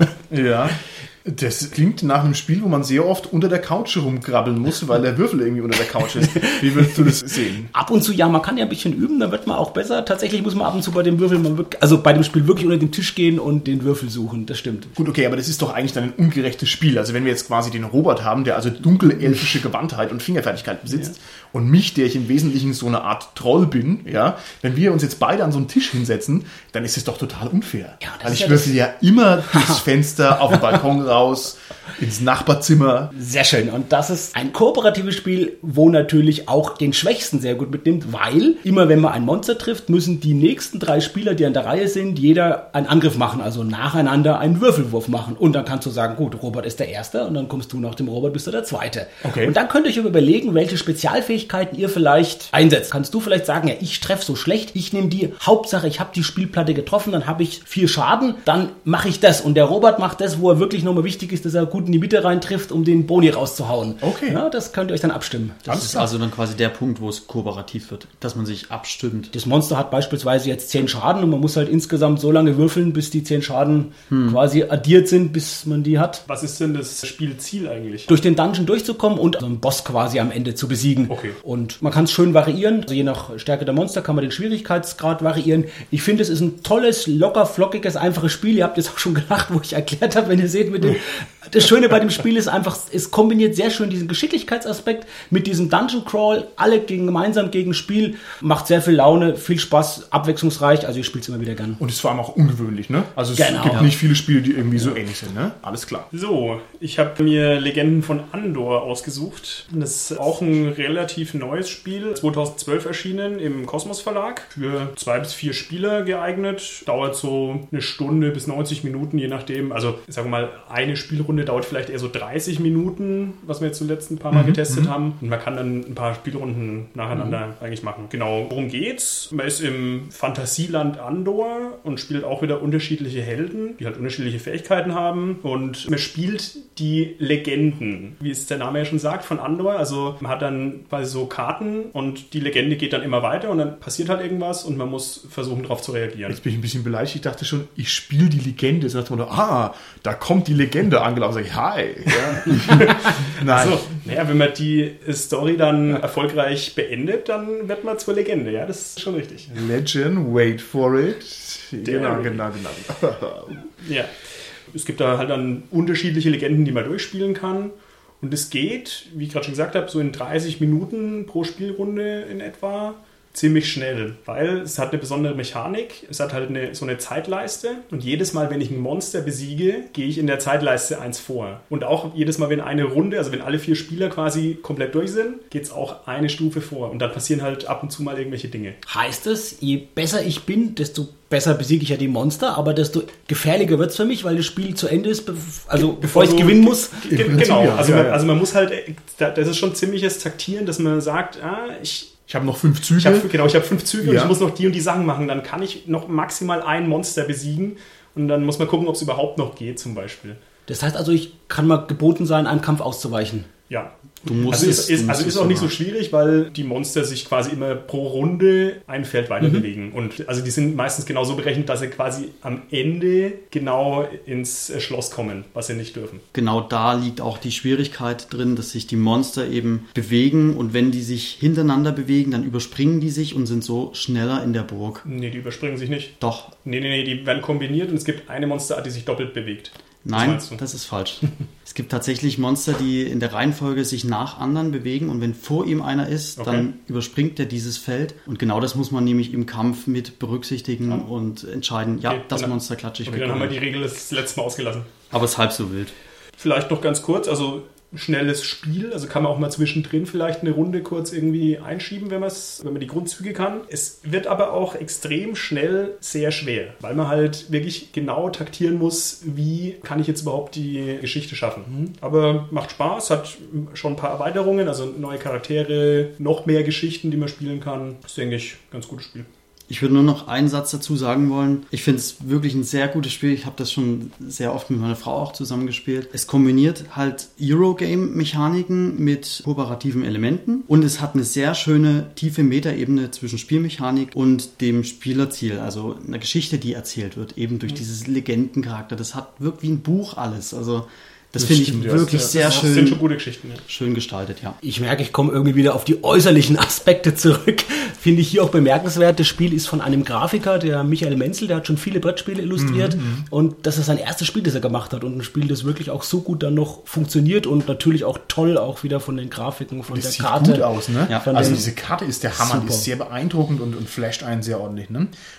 Ja. Das klingt nach einem Spiel, wo man sehr oft unter der Couch rumkrabbeln muss, weil der Würfel irgendwie unter der Couch ist. Wie würdest du das sehen? Ab und zu, ja, man kann ja ein bisschen üben, dann wird man auch besser. Tatsächlich muss man ab und zu bei dem Würfel, also bei dem Spiel wirklich unter den Tisch gehen und den Würfel suchen, das stimmt. Gut, okay, aber das ist doch eigentlich dann ein ungerechtes Spiel. Also wenn wir jetzt quasi den Robert haben, der also dunkelelfische Gewandtheit und Fingerfertigkeit besitzt und mich, der ich im Wesentlichen so eine Art Troll bin, ja, wenn wir uns jetzt beide an so einen Tisch hinsetzen, dann ist es doch total unfair. Ja, das weil ist ich ja würfel ja immer durchs Fenster auf den Balkon raus raus, ins Nachbarzimmer. Sehr schön. Und das ist ein kooperatives Spiel, wo natürlich auch den Schwächsten sehr gut mitnimmt, weil immer wenn man ein Monster trifft, müssen die nächsten 3 Spieler, die an der Reihe sind, jeder einen Angriff machen, also nacheinander einen Würfelwurf machen. Und dann kannst du sagen, gut, Robert ist der Erste und dann kommst du nach dem Robert, bist du der Zweite. Okay. Und dann könnt ihr euch überlegen, welche Spezialfähigkeiten ihr vielleicht einsetzt. Kannst du vielleicht sagen, ja, ich treffe so schlecht, ich nehme die Hauptsache, ich habe die Spielplatte getroffen, dann habe ich 4 Schaden, dann mache ich das. Und der Robert macht das, wo er wirklich nochmal wichtig ist, dass er gut in die Mitte rein trifft, um den Boni rauszuhauen. Okay. Ja, das könnt ihr euch dann abstimmen. Das ist also dann quasi der Punkt, wo es kooperativ wird, dass man sich abstimmt. Das Monster hat beispielsweise jetzt 10 Schaden und man muss halt insgesamt so lange würfeln, bis die 10 Schaden quasi addiert sind, bis man die hat. Was ist denn das Spielziel eigentlich? Durch den Dungeon durchzukommen und einen Boss quasi am Ende zu besiegen. Okay. Und man kann es schön variieren. Also je nach Stärke der Monster kann man den Schwierigkeitsgrad variieren. Ich finde, es ist ein tolles, locker, flockiges, einfaches Spiel. Ihr habt jetzt auch schon gelacht, wo ich erklärt habe, wenn ihr seht, mit dem. Das Schöne bei dem Spiel ist einfach, es kombiniert sehr schön diesen Geschicklichkeitsaspekt mit diesem Dungeon Crawl. Alle gemeinsam gegen Spiel. Macht sehr viel Laune, viel Spaß, abwechslungsreich. Also ich spiele es immer wieder gern. Und ist vor allem auch ungewöhnlich, ne? Also es Genau. gibt nicht viele Spiele, die irgendwie so ähnlich sind, ne? Alles klar. So, ich habe mir Legenden von Andor ausgesucht. Das ist auch ein relativ neues Spiel. 2012 erschienen im Kosmos Verlag. Für 2 bis 4 Spieler geeignet. Dauert so 1 Stunde bis 90 Minuten, je nachdem. Also ich sage mal, eine Spielrunde dauert vielleicht eher so 30 Minuten, was wir jetzt zuletzt ein paar Mal getestet haben. Und man kann dann ein paar Spielrunden nacheinander eigentlich machen. Genau, worum geht's? Man ist im Fantasieland Andor und spielt auch wieder unterschiedliche Helden, die halt unterschiedliche Fähigkeiten haben. Und man spielt die Legenden, wie es der Name ja schon sagt, von Andor. Also man hat dann quasi so Karten und die Legende geht dann immer weiter und dann passiert halt irgendwas und man muss versuchen, darauf zu reagieren. Jetzt bin ich ein bisschen beleidigt. Ich dachte schon, ich spiele die Legende. Sagt man, da kommt die Legende angelaufen. Sag ich, hi. Ja. Nein. So, naja, wenn man die Story dann erfolgreich beendet, dann wird man zur Legende. Ja, das ist schon richtig. Legend, wait for it. Der Genau. Ja. Es gibt da halt dann unterschiedliche Legenden, die man durchspielen kann. Und es geht, wie ich gerade schon gesagt habe, so in 30 Minuten pro Spielrunde in etwa. Ziemlich schnell, weil es hat eine besondere Mechanik. Es hat halt so eine Zeitleiste und jedes Mal, wenn ich ein Monster besiege, gehe ich in der Zeitleiste 1 vor. Und auch jedes Mal, wenn eine Runde, also wenn alle 4 Spieler quasi komplett durch sind, geht es auch eine Stufe vor. Und dann passieren halt ab und zu mal irgendwelche Dinge. Heißt es, je besser ich bin, desto besser besiege ich ja die Monster, aber desto gefährlicher wird es für mich, weil das Spiel zu Ende ist, bevor ich gewinnen muss. Genau, also man muss halt, das ist schon ziemliches Taktieren, dass man sagt, ich habe noch 5 Züge. Ich habe 5 Züge und Ja. ich muss noch die und die Sachen machen. Dann kann ich noch maximal ein Monster besiegen und dann muss man gucken, ob es überhaupt noch geht zum Beispiel. Das heißt also, ich kann mal geboten sein, einem Kampf auszuweichen. Ja. Du musst Ist auch nicht so schwierig, weil die Monster sich quasi immer pro Runde ein Feld weiter bewegen. Und also die sind meistens genau so berechnet, dass sie quasi am Ende genau ins Schloss kommen, was sie nicht dürfen. Genau da liegt auch die Schwierigkeit drin, dass sich die Monster eben bewegen und wenn die sich hintereinander bewegen, dann überspringen die sich und sind so schneller in der Burg. Nee, die überspringen sich nicht. Doch. Nee, die werden kombiniert und es gibt eine Monsterart, die sich doppelt bewegt. Nein, meinst du? das ist falsch. Es gibt tatsächlich Monster, die in der Reihenfolge sich nach anderen bewegen und wenn vor ihm einer ist, Okay. dann überspringt er dieses Feld und genau das muss man nämlich im Kampf mit berücksichtigen und entscheiden, ja, Okay, das dann- Monster klatsche ich Okay, weg. dann haben wir oder die nicht. Regel das letzte Mal ausgelassen. Aber es ist halb so wild. Vielleicht noch ganz kurz, also schnelles Spiel, also kann man auch mal zwischendrin vielleicht eine Runde kurz irgendwie einschieben, wenn man die Grundzüge kann. Es wird aber auch extrem schnell sehr schwer, weil man halt wirklich genau taktieren muss, wie kann ich jetzt überhaupt die Geschichte schaffen. Aber macht Spaß, hat schon ein paar Erweiterungen, also neue Charaktere, noch mehr Geschichten, die man spielen kann. Das ist, denke ich, ein ganz gutes Spiel. Ich würde nur noch einen Satz dazu sagen wollen. Ich finde es wirklich ein sehr gutes Spiel. Ich habe das schon sehr oft mit meiner Frau auch zusammengespielt. Es kombiniert halt Eurogame-Mechaniken mit kooperativen Elementen und es hat eine sehr schöne tiefe Metaebene zwischen Spielmechanik und dem Spielerziel. Also eine Geschichte, die erzählt wird, eben durch dieses Legendencharakter. Das wirkt wie ein Buch alles. Also das finde ich stimmt, ja. wirklich Das sehr sind schon gute Geschichten. Ja. schön gestaltet, ja. Ich merke, ich komme irgendwie wieder auf die äußerlichen Aspekte zurück. Finde ich hier auch bemerkenswert. Das Spiel ist von einem Grafiker, der Michael Menzel, der hat schon viele Brettspiele illustriert. Und das ist sein erstes Spiel, das er gemacht hat. Und ein Spiel, das wirklich auch so gut dann noch funktioniert und natürlich auch toll, auch wieder von den Grafiken, von Das der sieht Karte. gut aus, ne? Ja. Von Also den- diese Karte ist der Hammer, die Super. ist sehr beeindruckend und flasht einen sehr ordentlich, ne?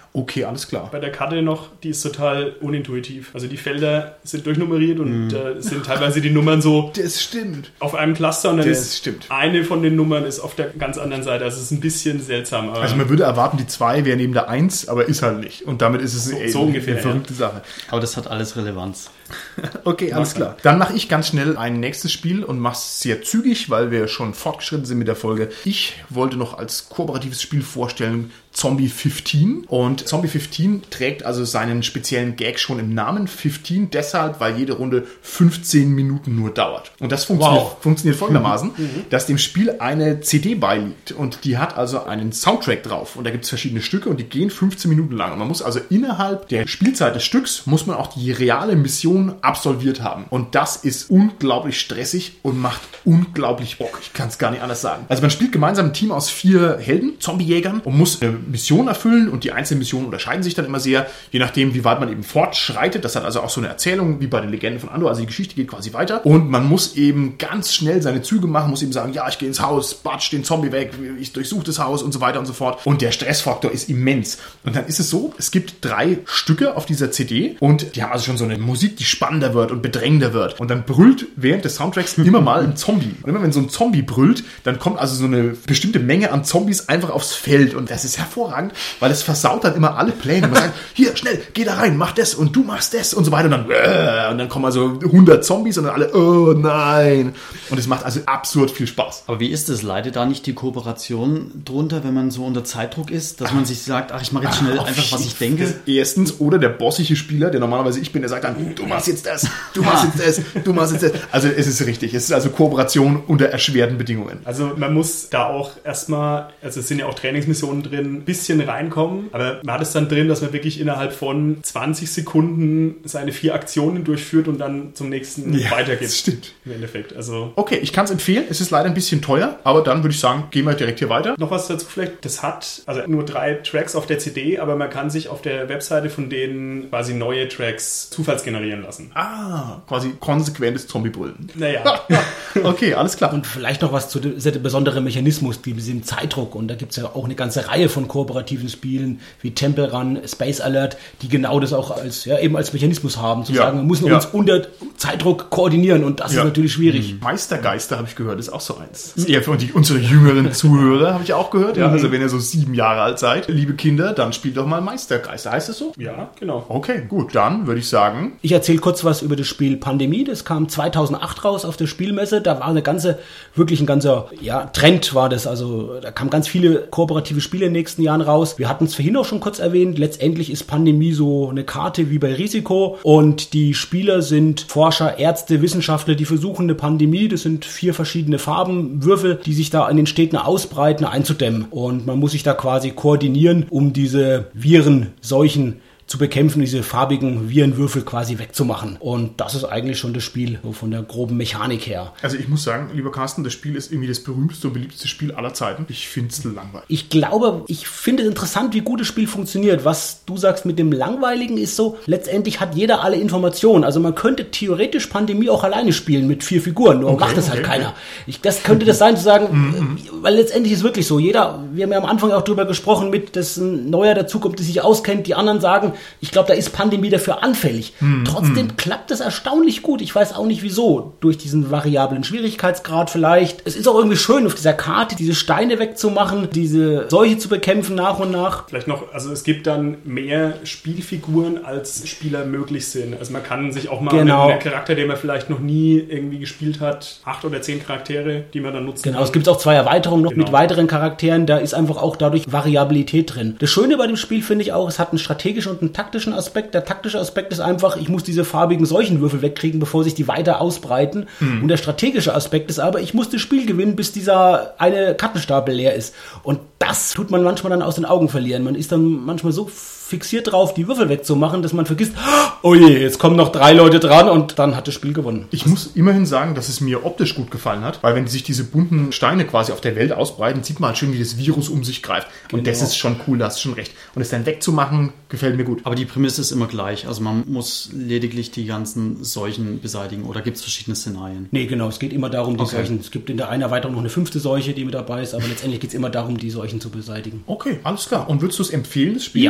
Okay, alles klar. Bei der Karte noch, die ist total unintuitiv. Also die Felder sind durchnummeriert und sind teilweise die Nummern so Das stimmt. auf einem Cluster und dann Das ist stimmt. eine von den Nummern ist auf der ganz anderen Seite. Also es ist ein bisschen seltsam. Aber Also man würde erwarten, die 2 wäre neben der 1, aber ist halt nicht. Und damit ist es so ungefähr, eine verrückte Sache. Aber das hat alles Relevanz. Okay, alles klar. Dann mache ich ganz schnell ein nächstes Spiel und mache es sehr zügig, weil wir schon fortgeschritten sind mit der Folge. Ich wollte noch als kooperatives Spiel vorstellen Zombie 15. Und Zombie 15 trägt also seinen speziellen Gag schon im Namen. 15 deshalb, weil jede Runde 15 Minuten nur dauert. Und das funktioniert folgendermaßen, dass dem Spiel eine CD beiliegt. Und die hat also einen Soundtrack drauf. Und da gibt es verschiedene Stücke und die gehen 15 Minuten lang. Und man muss also innerhalb der Spielzeit des Stücks, muss man auch die reale Mission absolviert haben. Und das ist unglaublich stressig und macht unglaublich Bock. Ich kann es gar nicht anders sagen. Also man spielt gemeinsam ein Team aus 4 Helden, Zombiejägern, und muss eine Mission erfüllen. Und die einzelnen Missionen unterscheiden sich dann immer sehr, je nachdem, wie weit man eben fortschreitet. Das hat also auch so eine Erzählung, wie bei den Legenden von Andor. Also die Geschichte geht quasi weiter. Und man muss eben ganz schnell seine Züge machen, muss eben sagen, ja, ich gehe ins Haus, batsch den Zombie weg, ich durchsuche das Haus und so weiter und so fort. Und der Stressfaktor ist immens. Und dann ist es so, es gibt 3 Stücke auf dieser CD und die haben also schon so eine Musik, die spannender wird und bedrängender wird. Und dann brüllt während des Soundtracks immer mal ein Zombie. Und immer wenn so ein Zombie brüllt, dann kommt also so eine bestimmte Menge an Zombies einfach aufs Feld. Und das ist hervorragend, weil es versaut dann immer alle Pläne. Man sagt, hier, schnell, geh da rein, mach das und du machst das und so weiter. Und dann kommen also 100 Zombies und dann alle, oh nein. Und es macht also absurd viel Spaß. Aber wie ist es? Leidet da nicht die Kooperation drunter, wenn man so unter Zeitdruck ist, dass man sich sagt, ach, ich mache jetzt schnell einfach, was ich denke? Erstens, oder der bossige Spieler, der normalerweise ich bin, der sagt dann, du machst jetzt das, du machst jetzt das, du machst jetzt das. Also es ist richtig. Es ist also Kooperation unter erschwerten Bedingungen. Also man muss da auch erstmal, also es sind ja auch Trainingsmissionen drin, ein bisschen reinkommen, aber man hat es dann drin, dass man wirklich innerhalb von 20 Sekunden seine 4 Aktionen durchführt und dann zum nächsten weitergeht. Das stimmt. Im Endeffekt. Also Okay, ich kann es empfehlen. Es ist leider ein bisschen teuer, aber dann würde ich sagen, gehen wir direkt hier weiter. noch was dazu vielleicht, das hat also nur 3 Tracks auf der CD, aber man kann sich auf der Webseite von denen quasi neue Tracks zufallsgenerieren lassen. Quasi konsequentes Zombie-Brüllen. Naja. Okay, alles klar. Und vielleicht noch was zu diesem besonderen Mechanismus, diesem Zeitdruck. Und da gibt es ja auch eine ganze Reihe von kooperativen Spielen wie Temple Run, Space Alert, die genau das auch als Mechanismus haben, zu sagen, wir müssen uns unter Zeitdruck koordinieren und das ist natürlich schwierig. Meistergeister habe ich gehört, ist auch so eins. Das ist eher für unsere jüngeren Zuhörer, habe ich auch gehört. Ja, also wenn ihr so 7 Jahre alt seid, liebe Kinder, dann spielt doch mal Meistergeister. Heißt das so? Ja, genau. Okay, gut, dann würde ich sagen, Ich erzähle kurz was über das Spiel Pandemie. Das kam 2008 raus auf der Spielmesse. Da war wirklich ein ganzer Trend war das. Also da kamen ganz viele kooperative Spiele in den nächsten Jahren raus. Wir hatten es vorhin auch schon kurz erwähnt. Letztendlich ist Pandemie so eine Karte wie bei Risiko. Und die Spieler sind Forscher, Ärzte, Wissenschaftler, die versuchen eine Pandemie, das sind 4 verschiedene Farben, Würfel, die sich da in den Städten ausbreiten, einzudämmen. Und man muss sich da quasi koordinieren, um diese Viren, Seuchen zu bekämpfen, diese farbigen Virenwürfel quasi wegzumachen. Und das ist eigentlich schon das Spiel, so von der groben Mechanik her. also ich muss sagen, lieber Carsten, das Spiel ist irgendwie das berühmteste und beliebteste Spiel aller Zeiten. Ich finde es langweilig. Ich finde es interessant, wie gut das Spiel funktioniert. Was du sagst mit dem Langweiligen ist so, letztendlich hat jeder alle Informationen. Also man könnte theoretisch Pandemie auch alleine spielen mit 4 Figuren, nur macht das halt keiner. Das könnte das sein, zu sagen, weil letztendlich ist wirklich so, wir haben ja am Anfang auch drüber gesprochen, dass ein Neuer dazukommt, der sich auskennt, die anderen sagen, ich glaube, da ist Pandemie dafür anfällig. Trotzdem klappt das erstaunlich gut. Ich weiß auch nicht wieso. Durch diesen variablen Schwierigkeitsgrad vielleicht. Es ist auch irgendwie schön, auf dieser Karte diese Steine wegzumachen, diese Seuche zu bekämpfen nach und nach. Vielleicht noch, also es gibt dann mehr Spielfiguren, als Spieler möglich sind. Also man kann sich auch mal mit einem Charakter, den man vielleicht noch nie irgendwie gespielt hat, 8 oder 10 Charaktere, die man dann nutzen kann. Genau, es gibt auch 2 Erweiterungen noch mit weiteren Charakteren. Da ist einfach auch dadurch Variabilität drin. Das Schöne bei dem Spiel finde ich auch, es hat einen strategischen und einen taktischen Aspekt. Der taktische Aspekt ist einfach, ich muss diese farbigen Seuchenwürfel wegkriegen, bevor sich die weiter ausbreiten. Und der strategische Aspekt ist aber, ich muss das Spiel gewinnen, bis dieser eine Kartenstapel leer ist. Und das tut man manchmal dann aus den Augen verlieren. Man ist dann manchmal so fixiert drauf, die Würfel wegzumachen, dass man vergisst, oh je, jetzt kommen noch 3 Leute dran und dann hat das Spiel gewonnen. Ich muss immerhin sagen, dass es mir optisch gut gefallen hat, weil wenn sich diese bunten Steine quasi auf der Welt ausbreiten, sieht man halt schön, wie das Virus um sich greift. Und das ist schon cool, da hast du schon recht. Und es dann wegzumachen, gefällt mir gut. Aber die Prämisse ist immer gleich. Also man muss lediglich die ganzen Seuchen beseitigen oder gibt es verschiedene Szenarien? Nee, genau, es geht immer darum, die Seuchen. Es gibt in der einen Erweiterung noch eine 5. Seuche, die mit dabei ist, aber letztendlich geht es immer darum, die Seuchen zu beseitigen. Okay, alles klar. Und würdest du es empfehlen, das Spiel? Ja, ist ein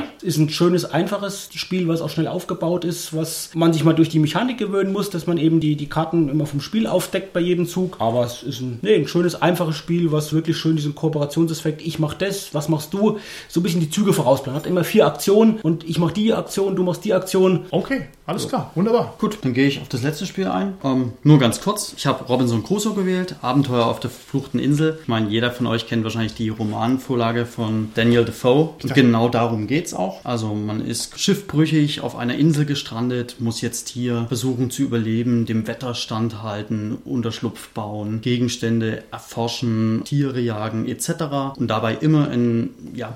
ein schönes, einfaches Spiel, was auch schnell aufgebaut ist, was man sich mal durch die Mechanik gewöhnen muss, dass man eben die Karten immer vom Spiel aufdeckt bei jedem Zug. Aber es ist ein schönes, einfaches Spiel, was wirklich schön diesen Kooperationseffekt, ich mach das, was machst du, so ein bisschen die Züge vorausplanen. Hat immer 4 Aktionen und ich mach die Aktion, du machst die Aktion. Okay, alles klar, wunderbar. Gut, dann gehe ich auf das letzte Spiel ein. Nur ganz kurz, ich habe Robinson Crusoe gewählt, Abenteuer auf der verfluchten Insel. Ich meine, jeder von euch kennt wahrscheinlich die Romanvorlage von Daniel Defoe. Und genau darum geht's auch. Also man ist schiffbrüchig auf einer Insel gestrandet, muss jetzt hier versuchen zu überleben, dem Wetter standhalten, Unterschlupf bauen, Gegenstände erforschen, Tiere jagen etc. Und dabei immer ein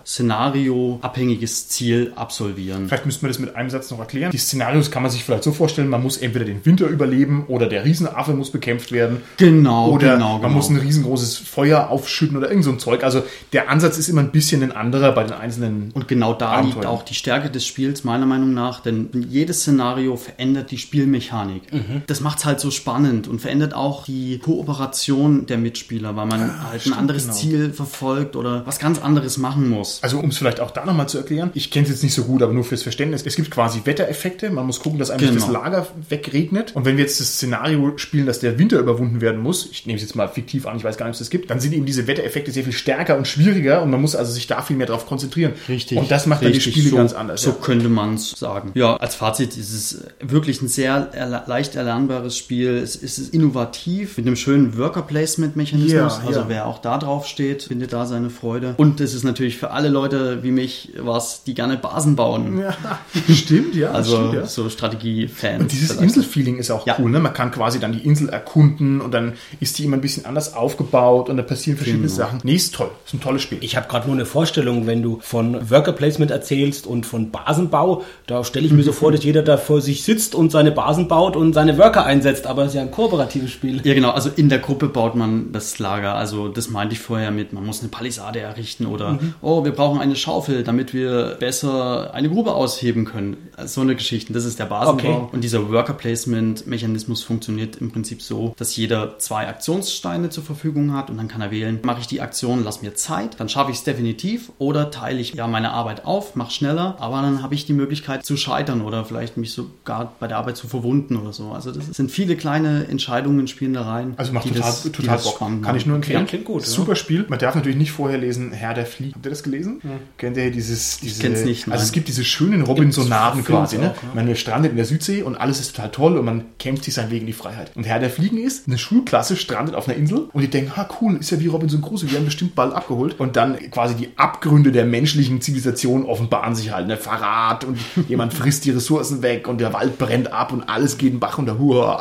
szenarioabhängiges Ziel absolvieren. Vielleicht müssten wir das mit einem Satz noch erklären. Die Szenarios kann man sich vielleicht so vorstellen, man muss entweder den Winter überleben oder der Riesenaffe muss bekämpft werden. Genau, oder genau. Man muss ein riesengroßes Feuer aufschütten oder irgend so ein Zeug. Also der Ansatz ist immer ein bisschen ein anderer bei den einzelnen Und genau da Abenteuern. liegt auch die Stärke des Spiels, meiner Meinung nach, denn jedes Szenario verändert die Spielmechanik. Das macht es halt so spannend und verändert auch die Kooperation der Mitspieler, weil man ein anderes Ziel verfolgt oder was ganz anderes machen muss. Also um es vielleicht auch da nochmal zu erklären, ich kenne es jetzt nicht so gut, aber nur fürs Verständnis. Es gibt quasi Wettereffekte, man muss gucken, dass eigentlich das Lager wegregnet. Und wenn wir jetzt das Szenario spielen, dass der Winter überwunden werden muss, ich nehme es jetzt mal fiktiv an, ich weiß gar nicht, ob es das gibt, dann sind eben diese Wettereffekte sehr viel stärker und schwieriger und man muss also sich da viel mehr drauf konzentrieren. Richtig. Und das macht dann die Spiele so, ganz anders. So könnte man es sagen. Ja, als Fazit ist es wirklich ein sehr leicht erlernbares Spiel. Es ist innovativ mit einem schönen Worker-Placement-Mechanismus. Also wer auch da drauf steht, findet da seine Freude. Und es ist natürlich für alle Leute wie mich die gerne Basen bauen. Ja, stimmt, ja. Also stimmt, ja. so Strategie-Fans. Und dieses Inselfeeling ist auch cool, ne? Man kann quasi dann die Insel erkunden und dann ist die immer ein bisschen anders aufgebaut und da passieren verschiedene Sachen. Nee, ist toll. Ist ein tolles Spiel. Ich habe gerade nur eine Vorstellung, wenn du von Worker Placement erzählst und von Basenbau, da stelle ich mir so vor, dass jeder da vor sich sitzt und seine Basen baut und seine Worker einsetzt, aber es ist ja ein kooperatives Spiel. Ja genau, also in der Gruppe baut man das Lager, also das meinte ich vorher mit, man muss eine Palisade errichten oder wir brauchen eine Schaufel, damit wir besser eine Grube ausheben können. So eine Geschichte, das ist der Basenbau. Okay. Und dieser Worker Placement Mechanismus funktioniert im Prinzip so, dass jeder 2 Aktionssteine zur Verfügung hat und dann kann er wählen, mache ich die Aktion, lass mir Zeit, dann schaffe ich es definitiv oder teile ich meine Arbeit auf, mache schneller, aber dann habe ich die Möglichkeit zu scheitern oder vielleicht mich sogar bei der Arbeit zu verwunden oder so. Also das sind viele kleine Entscheidungen, spielen da rein. Also macht total Bock. Kann ich nur empfehlen. Ja, klingt gut. Super Spiel. Man darf natürlich nicht vorher lesen, Herr der Fliegen. Habt ihr das gelesen? Ja. Kennt ihr ich kenn's nicht. Nein. Also es gibt diese schönen Robinsonaden quasi. Ne? Man strandet in der Südsee und alles ist total toll und man kämpft sich seinen Weg in die Freiheit. Und Herr der Fliegen ist, eine Schulklasse strandet auf einer Insel und die denken, cool, ist ja wie Robinson Crusoe, wir werden bestimmt bald abgeholt. Und dann quasi die Abgründe der menschlichen Zivilisation offenbaren sich halt. Ne? Verrat und jemand frisst die Ressourcen weg und der Wald brennt ab und alles geht in den Bach und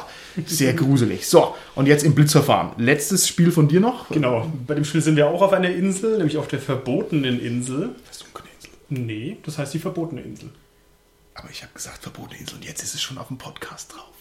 sehr gruselig. So, und jetzt im Blitzverfahren. Letztes Spiel von dir noch? Genau, bei dem Spiel sind wir auch auf einer Insel, nämlich auf der verbotenen Insel. Versunkene Insel? Nee, das heißt die verbotene Insel. Aber ich habe gesagt verbotene Insel und jetzt ist es schon auf dem Podcast drauf.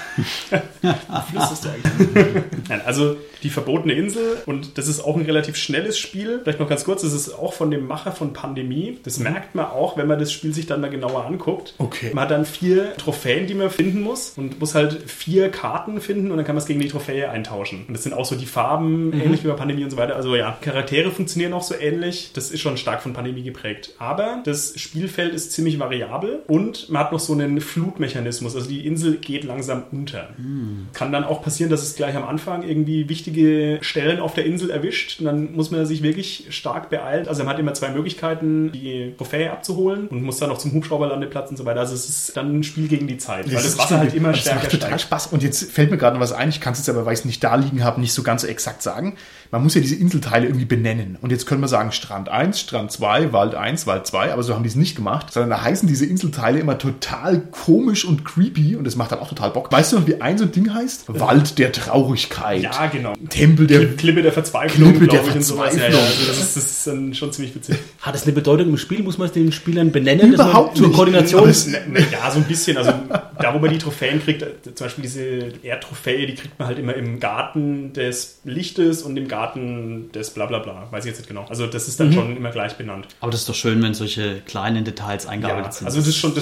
Flüsterst du eigentlich? Nein, also die verbotene Insel und das ist auch ein relativ schnelles Spiel. Vielleicht noch ganz kurz, das ist auch von dem Macher von Pandemie. Das merkt man auch, wenn man das Spiel sich dann mal genauer anguckt. Okay. Man hat dann 4 Trophäen, die man finden muss und muss halt 4 Karten finden und dann kann man es gegen die Trophäe eintauschen. Und das sind auch so die Farben, ähnlich wie bei Pandemie und so weiter. Also ja, Charaktere funktionieren auch so ähnlich. Das ist schon stark von Pandemie geprägt. Aber das Spielfeld ist ziemlich variabel und man hat noch so einen Flutmechanismus. Also die Insel geht langsam unter. Kann dann auch passieren, dass es gleich am Anfang irgendwie wichtige Stellen auf der Insel erwischt und dann muss man sich wirklich stark beeilen. Also man hat immer 2 Möglichkeiten, die Trophäe abzuholen und muss dann noch zum Hubschrauberlandeplatz und so weiter. Also es ist dann ein Spiel gegen die Zeit, weil das Wasser halt immer stärker steigt. Total Spaß. Und jetzt fällt mir gerade noch was ein, ich kann es jetzt aber, weil ich es nicht da liegen habe, nicht so ganz so exakt sagen. Man muss ja diese Inselteile irgendwie benennen. Und jetzt können wir sagen Strand 1, Strand 2, Wald 1, Wald 2, aber so haben die es nicht gemacht, sondern da heißen diese Inselteile immer total komisch und creepy und das macht dann auch total Bock. Weißt du noch, wie ein so ein Ding heißt? Wald der Traurigkeit. Ja, genau. Tempel der Klippe der Verzweiflung. Klippe der Verzweiflung. Ja, also das ist dann schon ziemlich witzig. Hat das eine Bedeutung im Spiel? Muss man es den Spielern benennen? Überhaupt nicht. Zur Koordination? Ja, so ein bisschen. Also da, wo man die Trophäen kriegt, zum Beispiel diese Erdtrophäe, die kriegt man halt immer im Garten des Lichtes und im Garten des Blablabla. Weiß ich jetzt nicht genau. Also das ist dann schon immer gleich benannt. Aber das ist doch schön, wenn solche kleinen Details eingearbeitet sind. Also das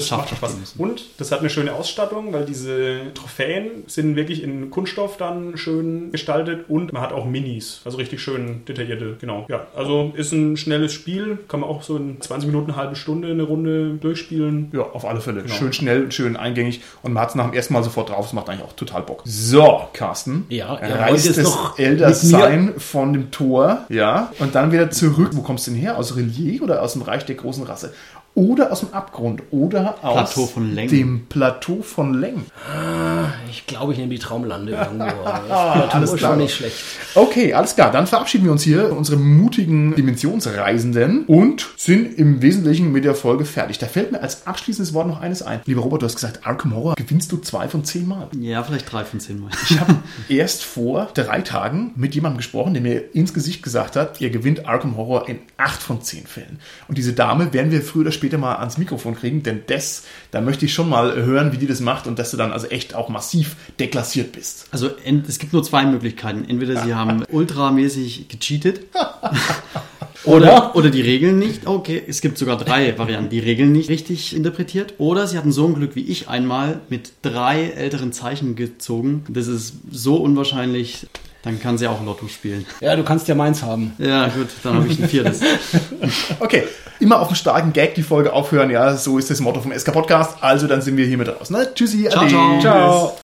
das macht Spaß. Und das hat eine schöne Ausstattung, weil diese Trophäen sind wirklich in Kunststoff dann schön gestaltet und man hat auch Minis, also richtig schön detaillierte, genau. Ja, also ist ein schnelles Spiel, kann man auch so in 20 Minuten, eine halbe Stunde eine Runde durchspielen. Ja, auf alle Fälle. Genau. Schön schnell, schön eingängig und man hat es nach dem ersten Mal sofort drauf, das macht eigentlich auch total Bock. So, Carsten, reißt das Elder Sign von dem Tor, ja, und dann wieder zurück. Wo kommst du denn her? Aus Relier oder aus dem Reich der großen Rasse? Oder aus dem Abgrund oder aus dem Plateau von Leng. Ich glaube, ich nehme die Traumlande irgendwo. Das Plateau ist schon nicht schlecht. Okay, alles klar. Dann verabschieden wir uns hier, unsere mutigen Dimensionsreisenden, und sind im Wesentlichen mit der Folge fertig. Da fällt mir als abschließendes Wort noch eines ein. Lieber Robert, du hast gesagt, Arkham Horror gewinnst du 2 von 10 Mal. Ja, vielleicht 3 von 10 Mal. Ich habe erst vor 3 Tagen mit jemandem gesprochen, der mir ins Gesicht gesagt hat, ihr gewinnt Arkham Horror in 8 von 10 Fällen. Und diese Dame werden wir früher oder später mal ans Mikrofon kriegen, denn da möchte ich schon mal hören, wie die das macht und dass du dann also echt auch massiv deklassiert bist. Also es gibt nur 2 Möglichkeiten. Entweder sie haben ultramäßig gecheatet oder die Regeln nicht. Okay, es gibt sogar 3 Varianten. Die Regeln nicht richtig interpretiert. Oder sie hatten so ein Glück wie ich einmal mit 3 älteren Zeichen gezogen. Das ist so unwahrscheinlich. Dann kann sie auch Lotto spielen. Ja, du kannst ja meins haben. Ja, gut, dann habe ich ein 4. Okay, immer auf einen starken Gag die Folge aufhören. Ja, so ist das Motto vom SK Podcast. Also dann sind wir hiermit raus. Ne? Tschüssi, ciao, ade. ciao. Ciao.